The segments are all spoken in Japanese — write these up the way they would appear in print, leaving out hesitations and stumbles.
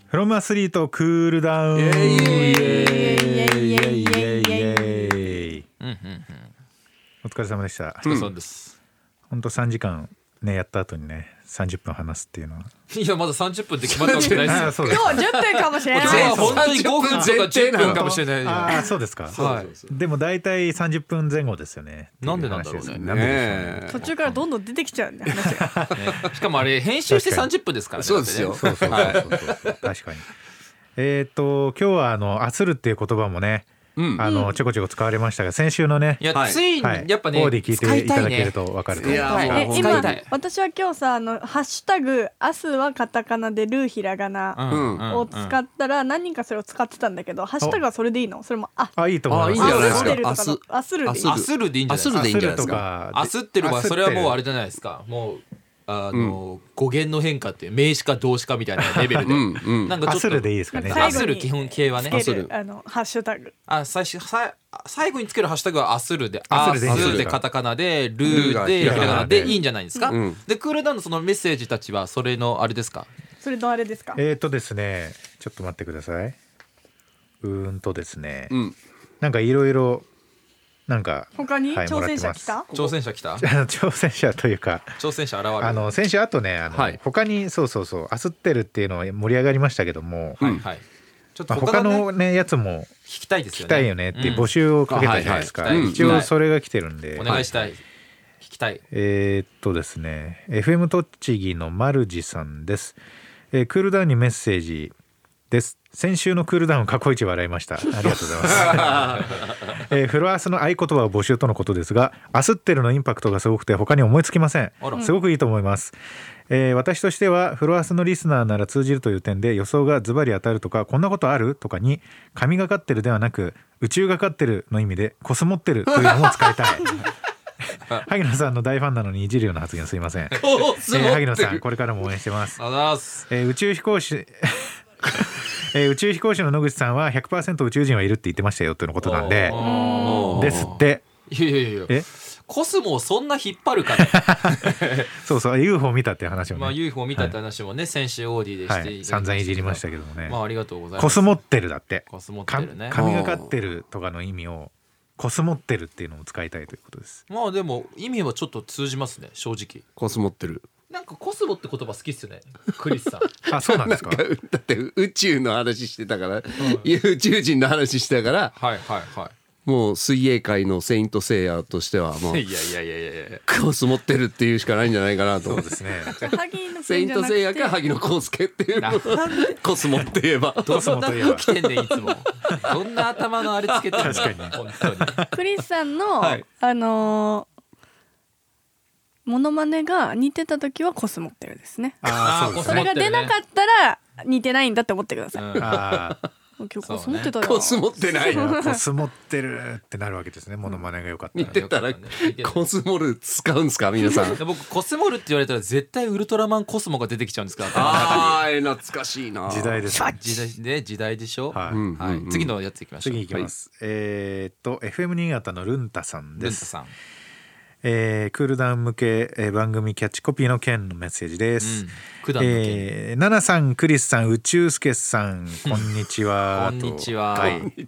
フロムアスリートクールダウン。イエーイイエーイイエーイイエーイイエーイ。お疲れ様でした。 お疲れ様です。 本当3時間ねやった後にね30分話すっていうのは。 いやまだ30分で決まったわけないですよ。 そうです。 今日10分かもしれない。 今日は本当に5分とか10分かもしれない。 ああそうですか。 はい。 でも大体30分前後ですよね。 なんでなんだろうね。 なんででしょうね。 途中からどんどん出てきちゃうんだ話が。 しかもあれ編集して30分ですからね。 そうですよ。 そう確かに。今日はアスルっていう言葉もね。ちょこちょこ使われましたが先週のねいやついにやっぱねオーディ聞いていただけると分かると思います。 今私は今日さハッシュタグアスはカタカナでルーひらがなを使ったら何人かそれを使ってたんだけどハッシュタグはそれでいいの？それもいいと思います。 アスルでいい。 アスルでいいんじゃないですか。アスってるはそれはもうあれじゃないですか。もう語源の変化っていう名詞か動詞かみたいなレベルでなんかちょっとアスルでいいですかね。 アスル基本形はね。 ハッシュタグ最後につけるハッシュタグはアスルでアスルでカタカナでルーでひらがなでいいんじゃないですか。でクールダウンのそのメッセージたちはそれのあれですか。 それのあれですか。 ですねちょっと待ってください。ですねなんかいろいろなんか他に挑戦者来た？ 挑戦者来た？ 挑戦者というか挑戦者現れる。 先週あとね他にそうアスってるっていうのは盛り上がりましたけども、 ちょっと他のねやつも聞きたいですよね。 聞きたいよねっていう募集をかけたじゃないですか。一応それが来てるんでお願いしたい。聞きたい。 ですね FM 栃木のマルジさんです。クールダウンにメッセージです。先週のクールダウン過去一笑いました。ありがとうございます。フロアスの合言葉を募集とのことですがアスってるのインパクトがすごくて他に思いつきません。すごくいいと思います。私としてはフロアスのリスナーなら通じるという点で予想がズバリ当たるとかこんなことあるとかに神がかってるではなく宇宙がかってるの意味でコスモってるというのも使いたい。萩野さんの大ファンなのにいじるような発言すいません。萩野さんこれからも応援してます。宇宙飛行士宇宙飛行士の野口さんは 100% 宇宙人はいるって言ってましたよということなんでですって。 いやコスモをそんな引っ張るかね。 そう UFO 見たって話もね、 UFO 見たって話もね、先週オーディでして散々いじりましたけどもね。 ありがとうございます。 コスモってるだってコスモってるね。 神がかってるとかの意味をコスモってるっていうのを使いたいということです。 でも意味はちょっと通じますね正直。 コスモってるなんかコスモって言葉好きっすよねクリスさん。 そうなんですか。 だって宇宙の話してたから、宇宙人の話してたから、もう水泳界のセイントセイヤとしてはもういやコスモってるっていうしかないんじゃないかなと。 そうですね。 セイントセイヤか萩野公介っていうコスモって言えばどんな服着てんねんいつも。どんな頭のあれつけてんの。確かに本当に。 クリスさんの、モノマネが似てた時はコスモってるですね。それが出なかったら似てないんだって思ってください。今日コスモってたよ。 コスモってない。 コスモってるってなるわけですね。モノマネが良かったら。 似てたらコスモル使うんですか皆さん。 僕コスモルって言われたら絶対ウルトラマンコスモが出てきちゃうんですから。 懐かしいな。 時代です。 時代でしょ。次のやついきましょう。 次いきます。FM 新潟のルンタさんです。クールダウン向け、番組キャッチコピーの件のメッセージです。ナナさんクリスさん宇宙助さんこんにちは。 こんにちは。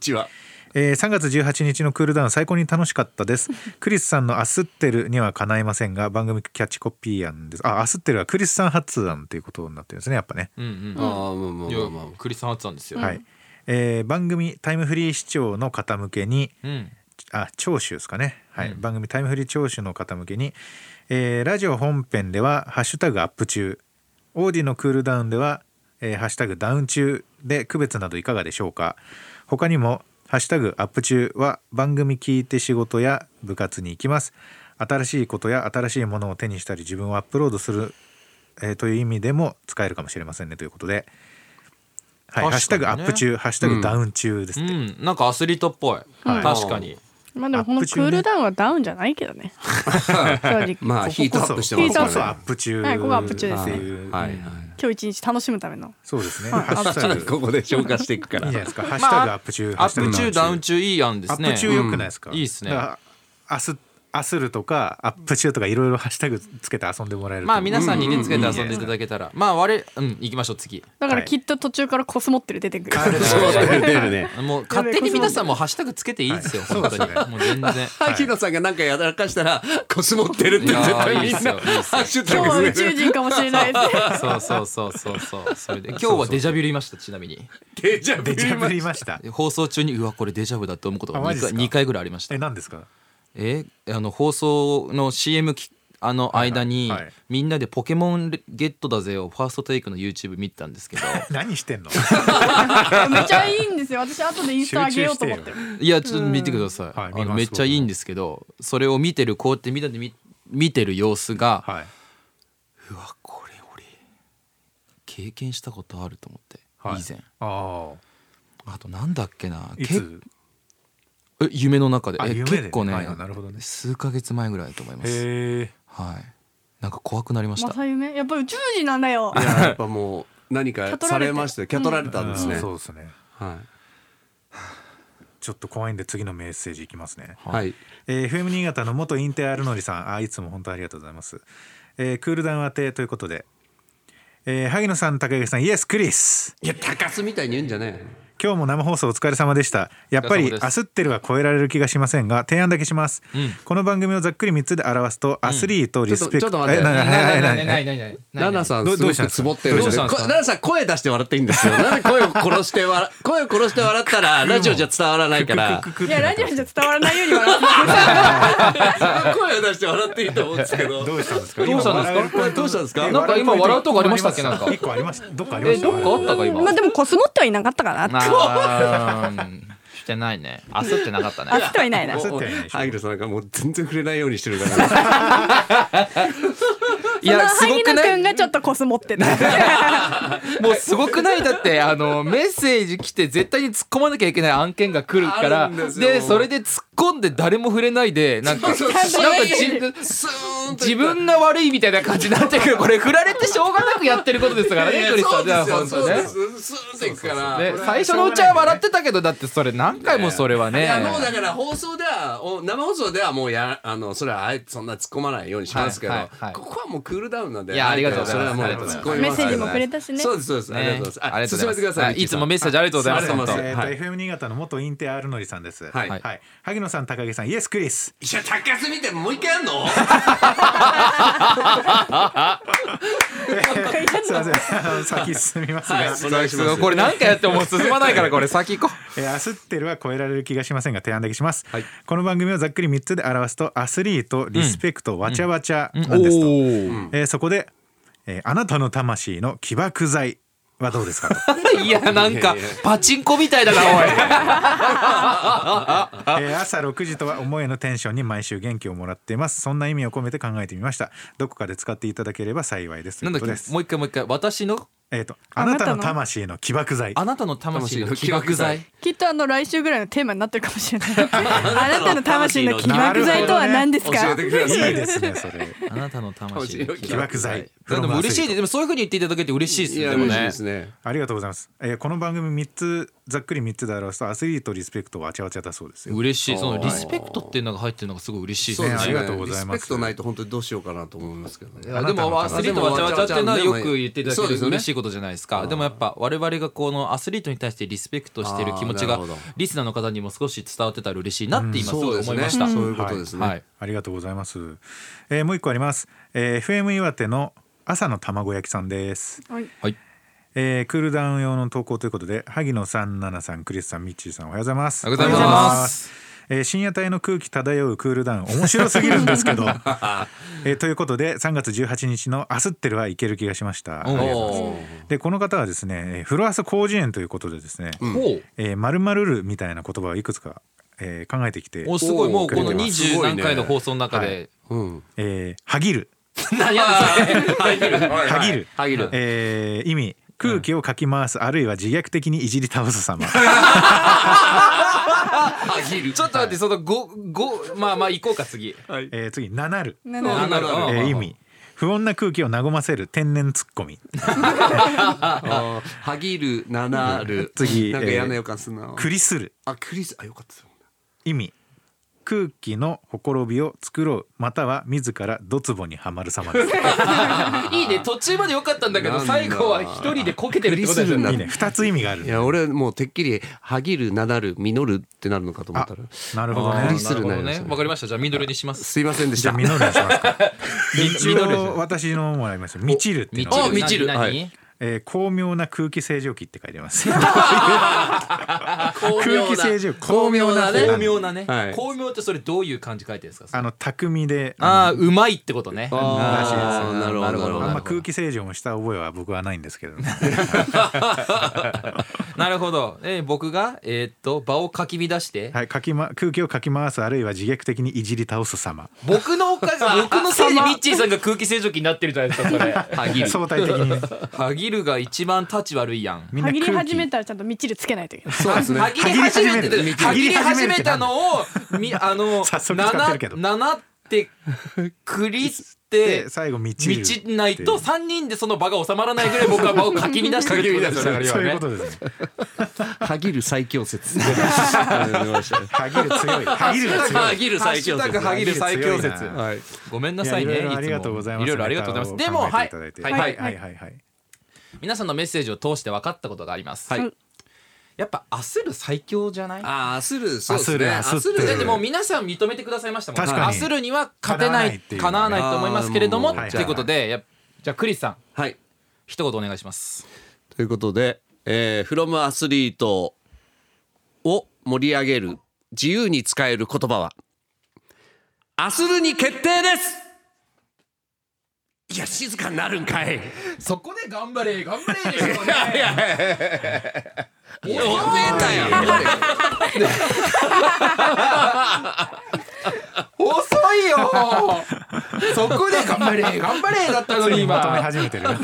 3月18日のクールダウン最高に楽しかったです。クリスさんのアスってるにはかないませんが番組キャッチコピー案です。アスってるはクリスさん発案ということになってるんですねやっぱね。 クリスさん発案ですよ。 番組タイムフリー視聴の方向けに、聴取ですかね、番組タイムフリー聴取の方向けに、ラジオ本編ではハッシュタグアップ中、オーディのクールダウンでは、ハッシュタグダウン中で区別などいかがでしょうか。他にもハッシュタグアップ中は番組聞いて仕事や部活に行きます、新しいことや新しいものを手にしたり自分をアップロードする、という意味でも使えるかもしれませんねということで、ハッシュタグアップ中、ハッシュタグダウン中ですって。 なんかアスリートっぽい。確かに。 でもこのクールダウンはダウンじゃないけどね。 ヒートアップしてますからね。 アップ中。 ここアップ中ですね。今日一日楽しむための。 そうですね。 ここで消化していくから。 いいじゃないですか。ハッシュタグアップ中。 アップ中ダウン中いい案ですね。 アップ中良くないですか。 いいですね。 アアスルとかアップ中とかいろいろハッシュタグつけて遊んでもらえると、 まあ皆さんにねつけて遊んでいただけたら、まあ行きましょう次。 だからきっと途中からコスモってる出てくる。 出るね。 もう勝手に皆さんもハッシュタグつけていいですよ。本当にもう全然。 萩野さんがなんかやらかしたらコスモってるって絶対みんなハッシュタグ。 今日は宇宙人かもしれないです。 そうそれで今日はデジャビュ言いました。ちなみにデジャブ言いました。 放送中にうわこれデジャブだと思うことが2回ぐらいありました。 何ですか？ 放送の CM 間にみんなでポケモンゲットだぜをファーストテイクの YouTube 見てたんですけど何してんの？ めっちゃいいんですよ。私後でインスタ上げようと思ってる。 いやちょっと見てください。めっちゃいいんですけど、それを見てるこうやってみんなで見てる様子が、うわこれ俺経験したことあると思って、以前。あとなんだっけな、夢の中で結構ね、数ヶ月前ぐらいだと思います。なんか怖くなりました。 また夢？やっぱ宇宙人なんだよ。 やっぱもう何かされましてキャトられたんですね。 そうですね。ちょっと怖いんで次のメッセージいきますね。FM 新潟の元インテアルノリさん、いつも本当ありがとうございます。クールダウン当てということで、萩野さん、高木さん、イエスクリス。 いや高須みたいに言うんじゃねえ。 今日も生放送お疲れ様でした。やっぱりアスってるは超えられる気がしませんが、提案だけします。この番組をざっくり3つで表すと、アスリート、リスペクト。 ちょっと待って。ナナさんすごくつぼってる。ナナさん声出して笑っていいんですよ。なんで声を殺して笑ったらラジオじゃ伝わらないから。 いやラジオじゃ伝わらないように笑って声を出して笑っていいと思うんですけど。 どうしたんですか？ どうしたんですか？ なんか今笑うとこありましたっけ？なんか 1個ありました。どっかありました？ どっかあったか今。 まあでもコスモってはいなかったかな。 してないね。焦ってなかったね。 焦ってはいないな。 萩野さんなんかもう全然触れないようにしてるから。 いやすごくない？ 萩野くんがちょっとコスモってた。 もうすごくない？だってメッセージ来て絶対に突っ込まなきゃいけない案件が来るから、でそれで突っ込んで誰も触れないでなんか自分が悪いみたいな感じになってくる。これ振られてしょうがなくやってることですからね、クリスさん。じゃあ本当ね。最初のうちは笑ってたけど、だってそれ何回もそれはね。 いやもうだから放送では生放送ではもうそれはあえてそんな突っ込まないようにしますけど、ここはもうクールダウンなんで。 いやありがとうございます。 メッセージもくれたしね。 そうです。ありがとうございます。進めてください。 いつもメッセージありがとうございます。 FM 新潟の元インテアルノリさんです。萩野さん、高木さん、イエスクリス。 いや高須見てもう一回やんの？ すいません、先進みますが、 お願いします。 これ何回やっても進まないから、これ先行こう。 アスってるは超えられる気がしませんが、提案だけします。この番組をざっくり3つで表すと、アスリート、リスペクト、わちゃわちゃなんですと。そこで、あなたの魂の起爆剤はどうですかと。 いやなんかパチンコみたいだなおい。 朝6時とは思えぬテンションに毎週元気をもらっています。そんな意味を込めて考えてみました。どこかで使っていただければ幸いです。 なんだっけ、もう一回私のあなたの魂の起爆剤。 あなたの魂の起爆剤。 きっと来週ぐらいのテーマになってるかもしれない。あなたの魂の起爆剤とは何ですか？ 教えてください。いいですねそれ。 あなたの魂の起爆剤。 でも嬉しいで、でもそういう風に言っていただけて嬉しいですね。でもね。 ありがとうございます。この番組3つざっくり3つで表すと、アスリート、リスペクト、わちゃわちゃだそうですよ。 嬉しい。そのリスペクトっていうのが入ってるのがすごい嬉しいですね。 ありがとうございます。 リスペクトないと本当にどうしようかなと思いますけどね。 でもアスリートわちゃわちゃっていうのはよく言っていただける嬉しいことじゃないですか。でもやっぱ我々がこのアスリートに対してリスペクトしている気持ちがリスナーの方にも少し伝わってたら嬉しいなって今すごい思いました。 そういうことですね。 ありがとうございます。もう一個あります。FM 岩手の朝の卵焼きさんです。 はい。 クールダウン用の投稿ということで、萩野さん、ナナさん、クリスさん、ミッチーさん、おはようございます。 おはようございます。 深夜帯の空気漂うクールダウン、面白すぎるんですけどということで3月18日のアスってるはいける気がしました。でこの方はですね、フロアス広辞苑ということでですね、〇〇るみたいな言葉をいくつか、考えてきて、 すごい、もうこの20何回の放送の中で、 はぎるはぎる、 意味、空気をかき回す、あるいは自虐的にいじり倒す様。 ちょっと待って、そのまあ行こうか次。 次、ななる、 意味、不穏な空気を和ませる天然ツッコミ。 はぎる、ななる。 次、 なんか嫌な予感するな。 クリする。 クリス、よかった。 意味、 空気のほころびを作ろう、または自らドツボにはまる様です。 いいね、途中まで良かったんだけど最後は一人でこけてるってことですよね。 いいね、2つ意味がある。 いや俺もうてっきりはぎる、なだる、実るってなるのかと思ったら、 なるほどね。 なるほどね、わかりました。じゃあ実るにします。 すいませんでした。 じゃあ実るにしますか。一応私のもらいますよ。満ちるっていうのは。 満ちる。 巧妙な空気清浄機って書いてます。 空気清浄機、巧妙なね。巧妙ってそれどういう漢字書いてるんですか。 巧みで、 うまいってことね。 らしいです。 なるほど。 あんま空気清浄もした覚えは僕はないんですけど。 なるほど。僕が場をかき乱して、 空気をかき回す、あるいは自虐的にいじり倒す様。 僕のせいでミッチーさんが空気清浄機になってるじゃないですか。それ。はぎる。 相対的に。 はぎるが一番タチ悪いやん。 はぎり始めたらちゃんとみちるつけないといけない。 そうですね。 はぎり始めたのを7ってくりって最後みちないと3人でその場が収まらないぐらい僕は場をかき乱してるってことですよね。 そういうことですね。 はぎる最強説。 はぎる強い。はぎる最強説。はぎる最強説。ごめんなさいね。 ありがとうございます。 いろいろありがとうございます。でもはいはい。 皆さんのメッセージを通して分かったことがあります。やっぱ焦る最強じゃない？ 焦る、そうですね。 焦る。だってもう皆さん認めてくださいましたもん。 確かに焦るには勝てない、叶わないと思いますけれども、ということで、じゃあクリスさん、一言お願いします。 ということで、from アスリートを盛り上げる自由に使える言葉は焦るに決定です。いや静かになるんかい。 そこで頑張れ頑張れでしょうね。 いや遅えんだよ。 遅いよ。そこで頑張れ頑張れだったのに今求め始めてる。でも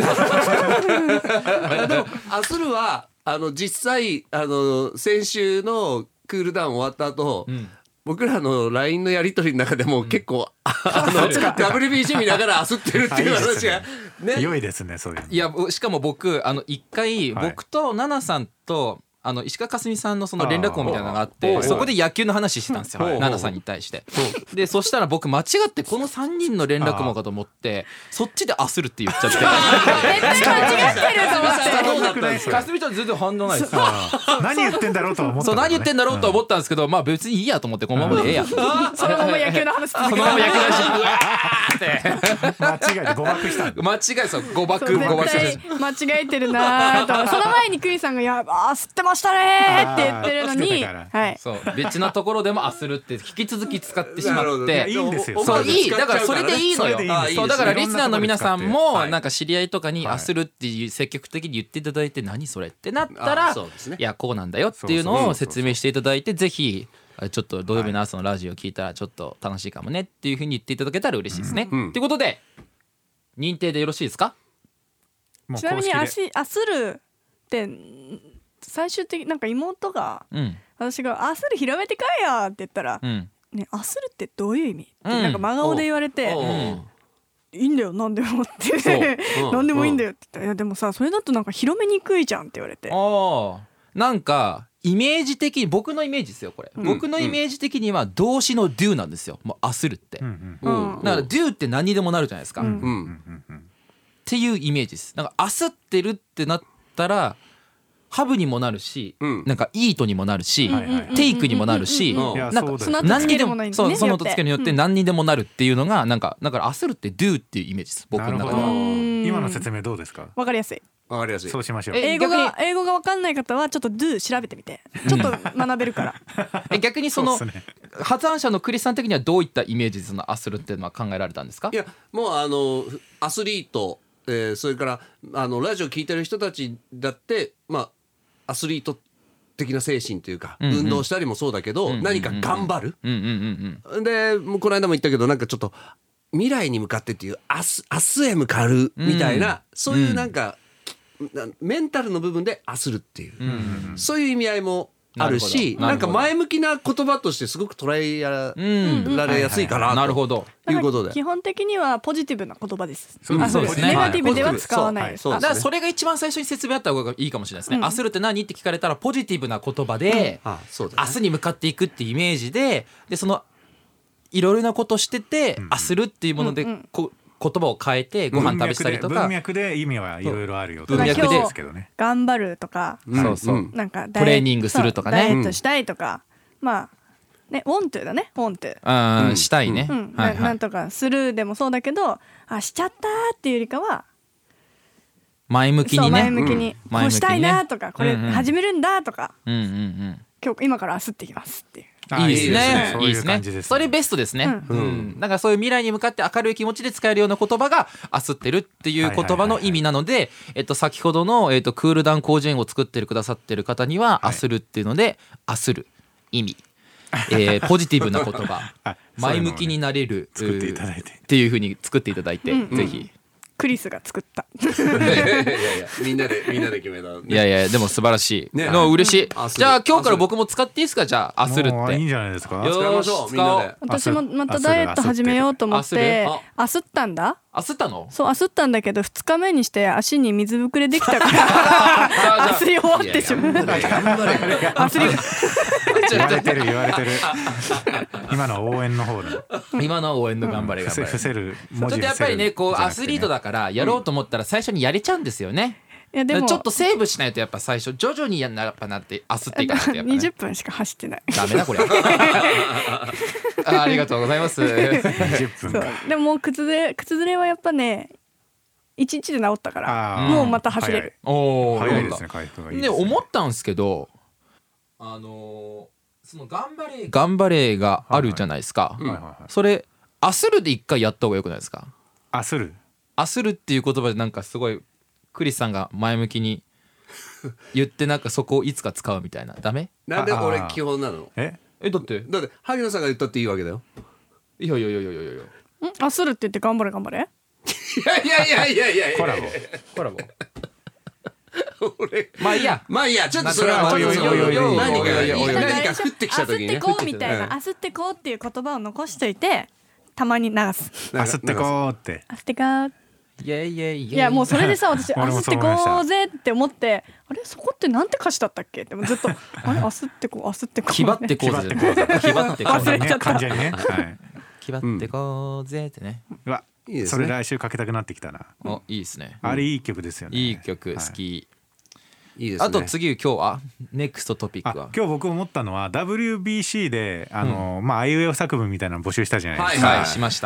焦るは実際先週のクールダウン終わった後、僕らの LINE のやり取りの中でも結構、WBC 見ながら焦ってるっていう話がね。良いですね、そういうの。 いやしかも僕一回、僕とナナさんと石川佳純さんのその連絡網みたいなのがあって、そこで野球の話してたんですよ、ナナさんに対して。でそしたら僕間違ってこの3人の連絡網かと思ってそっちで焦るって言っちゃって。 絶対間違ってると思って。 佳純ちゃん全然反応ないです。 何言ってんだろうと思った。 そう何言ってんだろうと思ったんですけど、まあ別にいいやと思ってこのままでええや。 そのまま野球の話続けて。 そのまま野球の話。 間違えて誤爆した。 間違えそう誤爆間違えてるなと。その前にクリさんが焦ってましたねって言ってるのに、 そう別なところでも焦るって引き続き使ってしまって。 いいんですよ。 そういいだからそれでいいのよ。そうだからリスナーの皆さんもなんか知り合いとかに焦るっていう積極的に言っていただいて何それってなったら、いやこうなんだよっていうのを説明していただいて、ぜひちょっと土曜日の朝のラジオ聞いたらちょっと楽しいかもねっていう風に言っていただけたら嬉しいですね。ということで認定でよろしいですか？ ちなみに焦るって最終的なんか妹が、私が焦る広めてかいやって言ったら、ね焦るってどういう意味ってなんか真顔で言われて、いいんだよ何でもって何でもいいんだよって言ったら、いやでもさそれだとなんか広めにくいじゃんって言われて、 なんかイメージ的に僕のイメージですよこれ、僕のイメージ的には動詞の do なんですよ。もう焦るって、だから do って何にでもなるじゃないですか、っていうイメージです。なんか焦ってるってなったらハブにもなるし、なんかイートにもなるし、テイクにもなるし、なんか何にでもその音付けによって何にでもなるっていうのがなんかだから焦るって do っていうイメージです、僕の中で。 今の説明どうですか？ わかりやすい。 そうしましょう。 英語が分かんない方はちょっと do 調べてみてちょっと学べるから。 逆にその発案者のクリスさん的にはどういったイメージでその焦るっていうのは考えられたんですか？ いやもうアスリート、それからラジオ聞いてる人たちだってアスリート的な精神というか、運動したりもそうだけど、何か頑張る、でもうこの間も言ったけどなんかちょっと未来に向かってっていう明日へ向かうみたいな、そういうなんか、メンタルの部分で焦るっていう、そういう意味合いもあるし、なんか前向きな言葉としてすごく捉えられやすいかなということで、 基本的にはポジティブな言葉です。 そうですね。 ネガティブでは使わないです。 だからそれが一番最初に説明あった方がいいかもしれないですね。焦るって何って聞かれたらポジティブな言葉で明日に向かっていくってイメージで、そのいろいろなことしてて焦るっていうもので言葉を変えてご飯食べしたりとか、 文脈で意味はいろいろあるよ。 文脈で頑張るとか、 そうそうなんかトレーニングするとかね、 ダイエットしたいとか、まあね、want to だね、want to、 したいね、 なんとかするでもそうだけど、しちゃったっていうよりかは前向きにね、 前向きにこうしたいなとか、これ始めるんだとか、今から焦ってきますっていう。 いいですね、いいですね。それベストですね。なんかそういう未来に向かって明るい気持ちで使えるような言葉が焦ってるっていう言葉の意味なので、先ほどのクールダウン広辞苑を作ってくださってる方には焦るっていうので、焦る意味、ポジティブな言葉、前向きになれるっていう風に作っていただいて、ぜひ。 クリスが作ったみんなで決めた。 いやいやでも素晴らしいの、嬉しい。じゃあ今日から僕も使っていいですか？じゃあ焦るっていいんじゃないですか。 よし使おう。 私もまたダイエット始めようと思って焦ったんだ。 焦ったの？ そう焦ったんだけど、2日目にして足に水ぶくれできたから焦り終わってしまう。焦り言われてる今の応援の方の今の応援の頑張れ頑張れ。 伏せる文字ちょっとやっぱりね、こうアスリートだからやろうと思ったら最初にやれちゃうんですよね。いやでもちょっとセーブしないと、やっぱ最初徐々にやっなって焦っていかないとやっぱね。 20分しか走ってない。 ダメだこれ。ありがとうございます。 20分か。 でももう靴ずれはやっぱね1日で治ったから、もうまた走れる。 早いですね、回復がいいですね。 で思ったんですけど、その頑張れがあるじゃないですか。それ焦るで一回やった方がよくないですか？ 焦るっていう言葉でなんかすごいクリスさんが前向きに言って、なんかそこをいつか使うみたいな。ダメ？ なんで俺基本なの？ だって萩野さんが言ったっていいわけだよ。 いや焦るって言って頑張れいやコラボまあいいやちょっとそれは何か降ってきた時にね、 焦ってこうみたいな、焦ってこうっていう言葉を残しといてたまに流す。 焦ってこうって焦ってかいやもうそれでさ、私焦ってこうぜって思って、あれそこってなんて歌詞だったっけってずっとあれ焦ってこう気張ってこうぜ忘れちゃった感じにね、 気張ってこうぜってね。 それ来週かけたくなってきたな。 いいですね。 あれいい曲ですよね。 いい曲好き。 いいですね。 あと次今日はネクストトピックは、 今日僕思ったのは WBC であいうえお作文みたいなの募集したじゃないですか。 はいしました。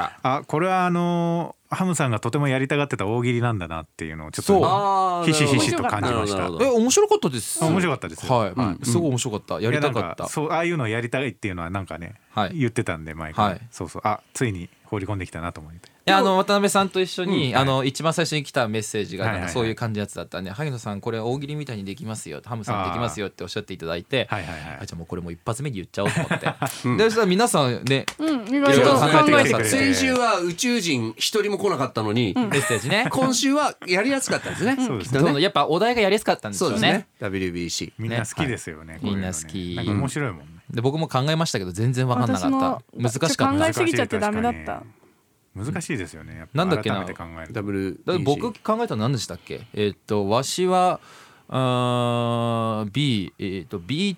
これはハムさんがとてもやりたがってた大喜利なんだなっていうのをちょっとひしひしと感じました。 面白かったです。 面白かったです。 はい、すごい面白かった。やりたかった。 そうああいうのをやりたいっていうのはなんかね、言ってたんで前から。そうついに放り込んできたなと思って。 渡辺さんと一緒に一番最初に来たメッセージがなんかそういう感じのやつだったんで、萩野さんこれ大喜利みたいにできますよ、ハムさんできますよっておっしゃっていただいて、じゃあもうこれも一発目に言っちゃおうと思って。でそしたら皆さんね、いろいろ考えてくださって、 先週は宇宙人一人も来なかったのにメッセージね、 今週はやりやすかったんですね。 そうですね。 やっぱお題がやりやすかったんですよね。 WBC みんな好きですよね。 みんな好き。 なんか面白いもんね。 で僕も考えましたけど全然分かんなかった。難しかった。 考えすぎちゃってダメだった。 難しいですよね。 なんだっけな。僕考えたの何でしたっけ。わしはビー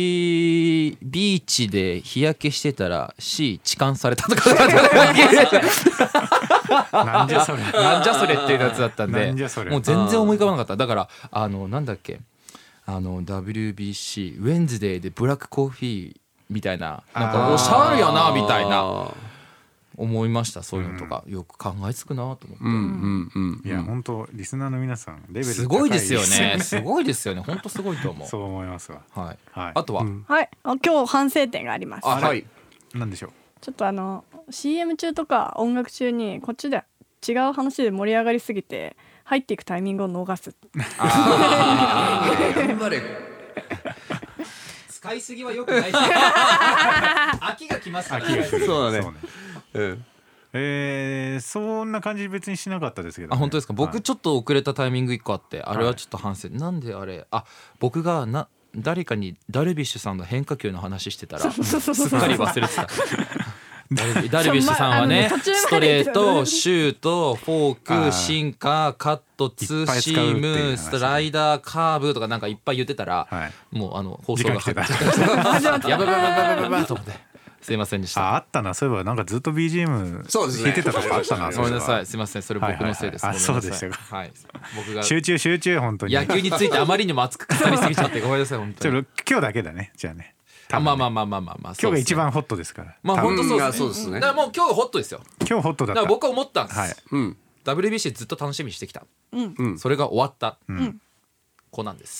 チで日焼けしてたら C 痴漢されたとかなんじゃそれっていうやつだったんで、もう全然思い浮かばなかった。だからなんだっけ、WBC ウェンズデーでブラックコーヒーみたいな、なんかおしゃれやなみたいな思いました。そういうのとかよく考えつくなと思って。 いや本当リスナーの皆さんレベルすごいですよね。すごいですよね。本当すごいと思う。 そう思いますわ。 あとは今日反省点があります。 なんでしょう。 ちょっとCM 中とか音楽中にこっちで違う話で盛り上がりすぎて入っていくタイミングを逃す。 頑張れ。 使いすぎは良くないです。飽きがきますから。 そうだね。そんな感じ別にしなかったですけど。 本当ですか。僕ちょっと遅れたタイミング1個あって、あれはちょっと反省。なんであれ、僕が誰かにダルビッシュさんの変化球の話してたらすっかり忘れてた。ダルビッシュさんはね、ストレート、シュート、フォーク、シンカー、カット、ツーシーム、スライダー、カーブとかなんかいっぱい言ってたら、もう放送が始まってやばいと思って、 すいませんでした。 あったな、そういえばなんかずっと BGM 弾いてたとこあったな。 ごめんなさい、すいません、それ僕のせいです。 そうでしたか。 はい、僕が集中本当に。 野球についてあまりにも熱く語りすぎちゃってごめんなさい本当に。 今日だけだね、じゃあね。 まあ今日が一番ホットですから。 まあ本当そうですね。だからもう今日ホットですよ。 今日ホットだった。 だから僕は思ったんです。WBC ずっと楽しみにしてきた。それが終わった。コナンです。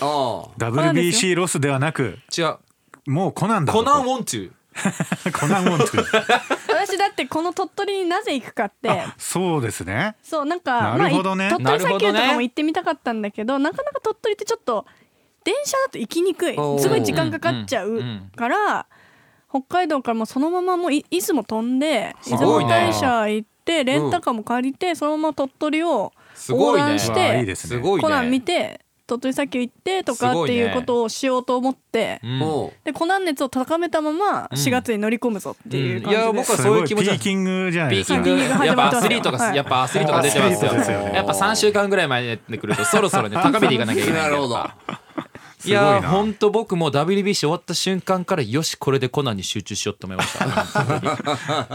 WBC ロスではなく、 違う。 もうコナンだ。 コナンウォントゥ。 コナンウォントゥ。 私だってこの鳥取になぜ行くかって。 そうですね。 そうなんか鳥取砂丘とかも行ってみたかったんだけど、なかなか鳥取ってちょっと電車だと行きにくい。すごい時間かかっちゃうから、北海道からもそのままもう出雲飛んで出雲大社行ってレンタカーも借りてそのまま鳥取を横断してコナン見て。鳥取砂丘行ってとかっていうことをしようと思って、でコナン熱を高めたまま4月に乗り込むぞっていう感じで、 いや僕はそういう気持ち。 ピーキングじゃないですか。 やっぱアスリートがやっぱアスリートが出てますよ。やっぱ3週間ぐらい前に来るとそろそろね高めていかなきゃいけない。なるほど。いや本当僕も WBC 終わった瞬間からよしこれでコナンに集中しようと思いました。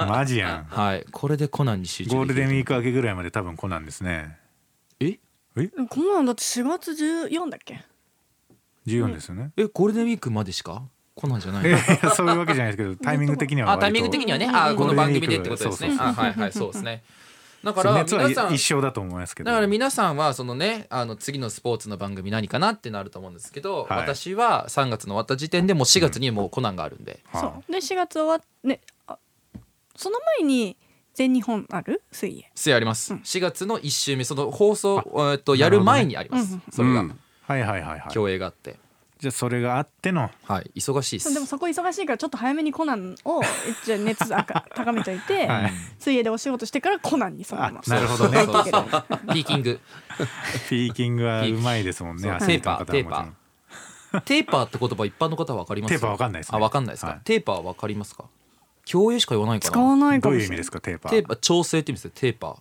マジやん。 はい、これでコナンに集中。 ゴールデンウィーク明けぐらいまで多分コナンですね。 コナンだって4月14だっけ ？14ですよね。 ゴールデンウィークまでしかコナンじゃないの？ そういうわけじゃないですけど、タイミング的にはタイミング的にはね、この番組でってことですね。はいはい、そうですね。だから熱は一緒だと思いますけど、 だから皆さんはそのね次のスポーツの番組何かなってなると思うんですけど、私は3月の終わった時点でもう4月にもうコナンがあるんで、 そうで4月終わってね、その前に全日本ある水泳あります。4月の1週目、その放送やる前にあります。それが競泳があって、 じゃあそれがあっての忙しいです。 でもそこ忙しいからちょっと早めにコナンをじゃあ熱高めといて水泳でお仕事してからコナンにそのまま。 なるほどね。 ピーキングはうまいですもんね。 テーパーって言葉一般の方は分かりますか？ テーパー分かんないですね。 分かんないですか？テーパー分かりますか？競泳しか言わないかな。 使わないかもしれない。 どういう意味ですか？テーパー。 テーパー調整って意味ですよ。テーパ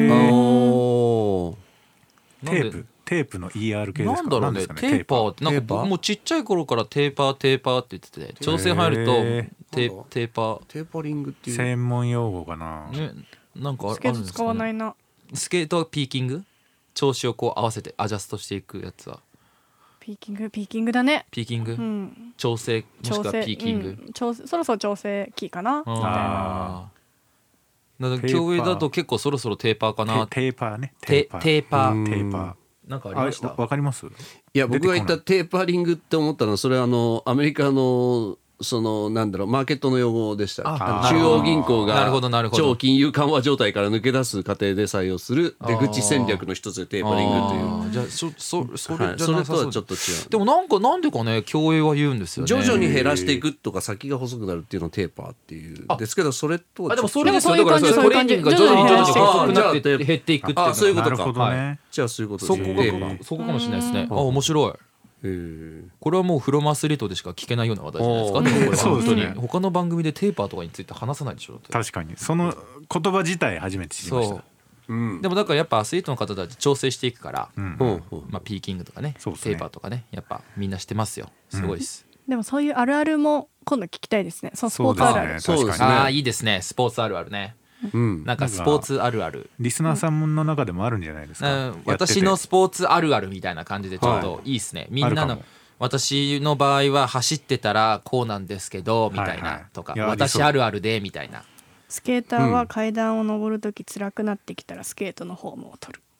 ー。テープの ER 系ですか？ なんだろうね。テーパーってなんか僕もちっちゃい頃からテーパーって言ってて、調整入るとテーパーリングっていう専門用語かな。 なんかあるんですかね。 スケート使わないな。 スケートはピーキング、調子をこう合わせてアジャストしていくやつはピーキングだね。 ピーキング、調整もしくはピーキング、 そろそろ調整キーかなみたいな。 競泳だと結構そろそろテーパーかな。 テーパーね。 テーパーなんかありました？ わかります？ いや僕が言ったテーパリングって思ったのは、それはアメリカのそのなんだろうマーケットの用語でした。中央銀行が超金融緩和状態から抜け出す過程で採用する出口戦略の一つでテーパリングという。 じゃあそれとはちょっと違う。 でもなんでかね競泳は言うんですよね。 徐々に減らしていくとか先が細くなるっていうのをテーパーっていうんですけど、それとはでもそれですよ。だからトレーニングが徐々に細くなって減っていくっていう。 そういうことか。 じゃあそういうことですね。そこかもしれないですね。面白い。これはもうフロマアスリートでしか聞けないような話題じゃないですか。本当に他の番組でテーパーとかについて話さないでしょ。 確かにその言葉自体初めて知りました。 でもだからやっぱアスリートの方たち調整していくから、ピーキングとかね、テーパーとかね、やっぱみんなしてますよ。すごいです。 でもそういうあるあるも今度聞きたいですね。そのスポーツあるある。 そうですね。いいですね。スポーツあるあるね。なんかスポーツあるあるリスナーさんの中でもあるんじゃないですか。 私のスポーツあるあるみたいな感じでちょっといいですね。みんなの私の場合は走ってたらこうなんですけどみたいなとか、私あるあるでみたいな。 スケーターは階段を上るとき辛くなってきたらスケートのフォームを取る。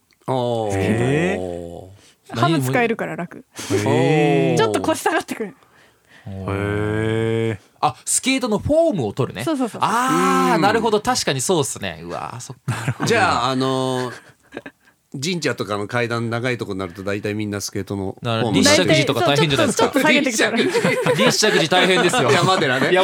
ハム使えるから楽。ちょっと腰下がってくる。 スケートのフォームを取るね。 そう。 なるほど、確かにそうっすね。うわそっか。 じゃあ神社とかの階段長いとこになると大体みんなスケートの立石寺とか大変じゃないですか。立石寺大変ですよ。 山寺ね。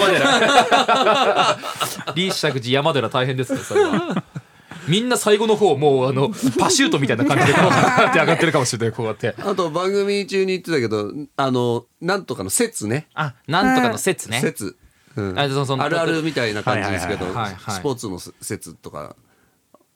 立石寺山寺大変ですよそれは。みんな最後の方もうパシュートみたいな感じでこうやって上がってるかもしれない。こうやってあと番組中に言ってたけどなんとかの説ね。 なんとかの説ね。 説、あるあるみたいな感じですけど、スポーツの説とか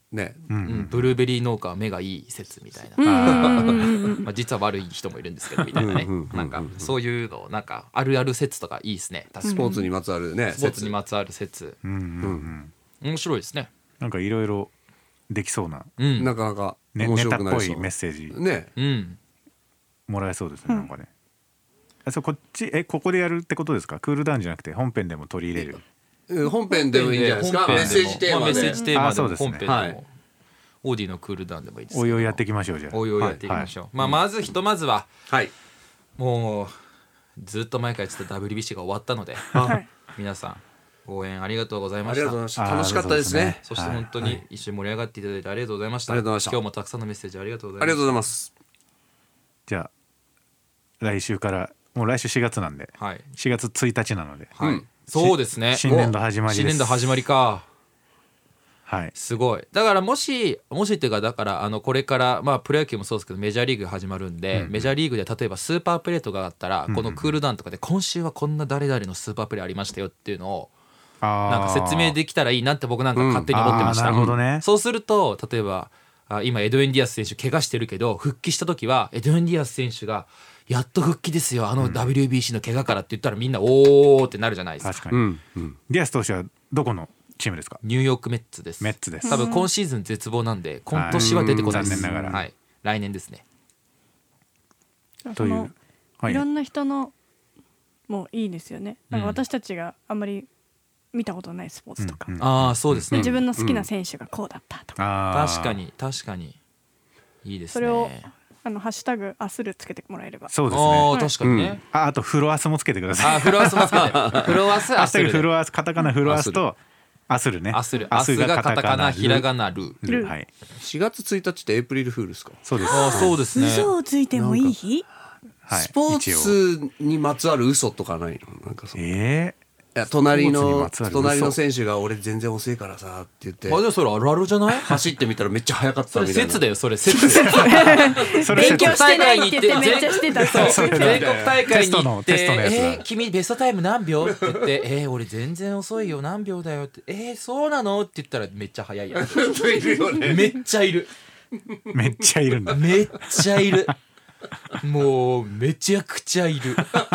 ね、 ブルーベリー農家は目がいい説みたいな、まあ実は悪い人もいるんですけどみたいなね、なんかそういうのなんかあるある説とかいいですね。確かにスポーツにまつわるね、 スポーツにまつわる説、面白いですね。 なんかいろいろできそうな、 なかなか面白くなりそう、 ネタっぽいメッセージね、 もらえそうですね、なんかね。こっちここでやるってことですか？クールダウンじゃなくて本編でも取り入れる？ 本編でもいいんじゃないですか。メッセージテーマで、 メッセージテーマでも本編でも、 はい、 オーディのクールダウンでもいいですけど、 おいおいやっていきましょう。じゃあおいおいやっていきましょう。まあまずひとまずは、 はい、 もうずっと前から言ってた WBC が終わったので、皆さん応援ありがとうございました。 楽しかったですね。 そして本当に一緒に盛り上がっていただいてありがとうございました。今日もたくさんのメッセージありがとうございます。 ありがとうございます。 じゃあ来週からもう来週4月なんで、4月1日なので、 そうですね。 新年度始まりです。 新年度始まりか。 はい。 すごい。だからもしっていうか、だからこれからまあプロ野球もそうですけどメジャーリーグが始まるんで、メジャーリーグで例えばスーパープレーとかがあったら、このクールダウンとかで今週はこんな誰々のスーパープレーありましたよっていうのをなんか説明できたらいいなって僕なんか勝手に思ってました。 なるほどね。 そうすると例えば今エドウェン・ディアス選手怪我してるけど復帰した時はエドウェン・ディアス選手がやっと復帰ですよWBC の怪我からって言ったらみんなおーってなるじゃないですか。 確かに、ディアス投手はどこのチームですか？ ニューヨークメッツです。 メッツです。 多分今シーズン絶望なんで今年は出てこないです。 残念ながら、 はい、来年ですね。 という、 いろんな人のもいいですよね。なんか私たちがあんまり見たことないスポーツとか、 そうですね。 自分の好きな選手がこうだったとか、 確かにいいですね。 それをハッシュタグアスルつけてもらえれば。 そうですね。 確かにね。 あとフロアスもつけてください。 フロアスもつけて。フロアスアスル。 フロアスカタカナフロアスとアスルね。 アスがカタカナひらがなル。 はい。 4月1日ってエイプリルフールですか？ そうです。 そうですね。 嘘をついてもいい日？ スポーツにまつわる嘘とかないの？なんかそう。いや隣の選手が俺全然遅いからさって言って、 でもそれあるあるじゃない？ 走ってみたらめっちゃ速かったみたいな。 説だよそれ説。 勉強してないって言ってめっちゃしてた。 全国大会に行って君ベストタイム何秒って言って俺全然遅いよ何秒だよってそうなのって言ったらめっちゃ速いやつ。めっちゃいる。 めっちゃいるんだ。 めっちゃいる。もうめちゃくちゃいる。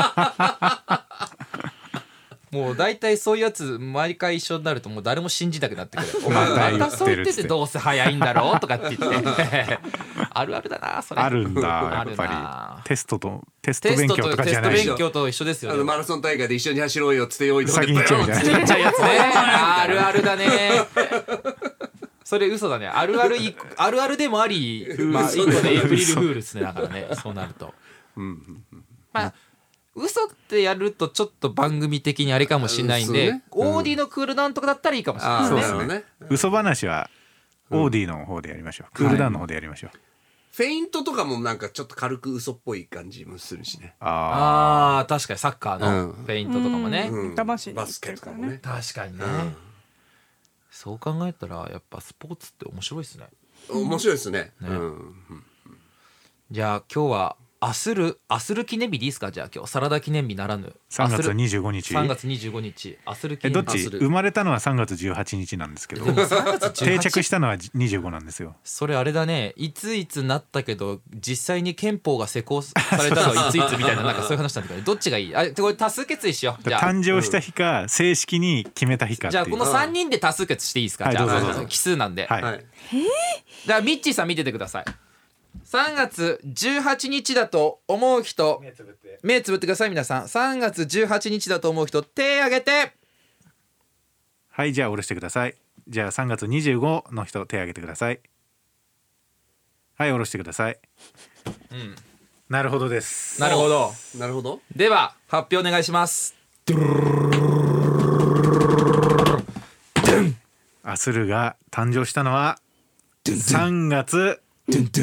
もう大体そういうやつ毎回一緒になるともう誰も信じなくなってくる。お前またそう言っててどうせ早いんだろうとかって言ってあるあるだなそれ。 あるんだやっぱり。テスト勉強とかじゃない。 テスト勉強と一緒ですよね。 マラソン大会で一緒に走ろうよっつって用意先に行っちゃうみたいな。 行っちゃうやつね。あるあるだね。それ嘘だね。あるあるでもあり、まあ一個でエイプリルフールですね。だからねそうなると。まあ嘘ってやるとちょっと番組的にあれかもしれないんで、オーディのクールダウンとかだったらいいかもしれないですね。 嘘話はオーディの方でやりましょう。クールダウンの方でやりましょう。 フェイントとかもなんかちょっと軽く嘘っぽい感じもするしね。 確かにサッカーのフェイントとかもね。 バスケとかね。 確かにね。そう考えたらやっぱスポーツって面白いですね。 面白いですね。 じゃあ今日はアスル記念日でいいですか？じゃあ今日サラダ記念日ならぬ 3月25日 3月25日アスル記念日。 どっち？生まれたのは3月18日なんですけど定着したのは25なんですよ。 それあれだね、いついつなったけど実際に憲法が施行されたのはいついつみたいななんかそういう話なんだけどどっちがいい？これ多数決しよう。じゃあ誕生した日か正式に決めた日かっていう。 じゃあこの3人で多数決していいですか？じゃあ奇数なんで。じゃあミッチーさん見ててください。3月18日だと思う人目つぶってください。皆さん3月18日だと思う人手挙げて。 はい、じゃあ下ろしてください。じゃあ3月25の人手挙げてください。はい、下ろしてください。なるほどです。 なるほど。では発表お願いします。 アスルが誕生したのは3月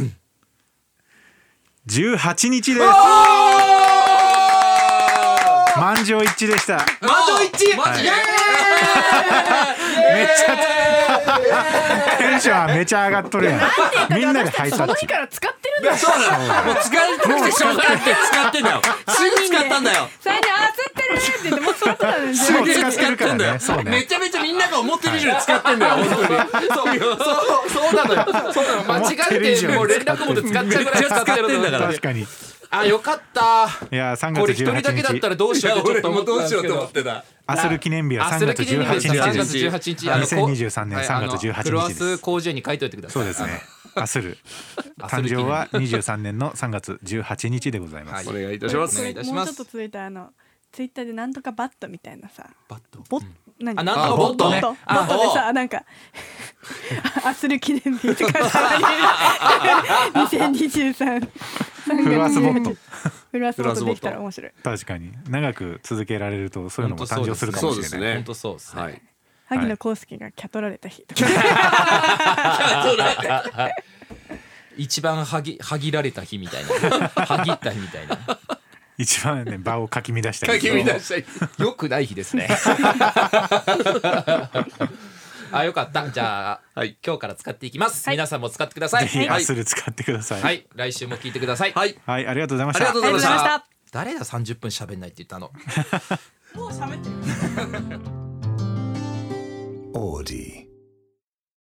18日です。 満場一致でした。 満場一致。 めっちゃテンションはめちゃ上がっとるやん。みんなでハイタッチ。その日から使ってるんだよ。 そうなの。もう使ってしょうがなくて使ってんだよ。すぐ使ったんだよ。 最初焦ってるって言ってもう使ってたんですよ。すぐ使ってるからね。そうね。 めちゃめちゃみんなが思ってる以上に使ってんだよ。本当に。そうなのよ。そうなの。間違ってもう連絡もで使っちゃうぐらい使ってるんだから。 確かに。 あ、よかった。 いや、3月18日。 これ一人だけだったらどうしようってちょっと思ってた。 アスル記念日は3月18日です。 3月18日。 2023年3月18日です。 クロアス広辞苑に書いておいてください。 そうですね。アスル誕生は23年の3月18日でございます。 お願いいたします。 もうちょっと続いたツイッターでなんとかバットみたいなさ。 バット。 何？ なんとかボットね。 ボットでさなんかアスル記念日とか2023。 フルアスボット。 フルアスボットできたら面白い。 確かに長く続けられるとそういうのも誕生するかもしれない。 本当そうですね。 萩野公介がキャトられた日。 一番はぎられた日みたいな。はぎった日みたいな。 一番ね場をかき乱した日。 よくない日ですね。あ、よかった。じゃあ、今日から使っていきます。皆さんも使ってください。 ぜひアスル使ってください。 はい、来週も聞いてください。 はい、ありがとうございました。 ありがとうございました。 誰だ30分喋んないって言ったの。 もう喋ってる。 オーディ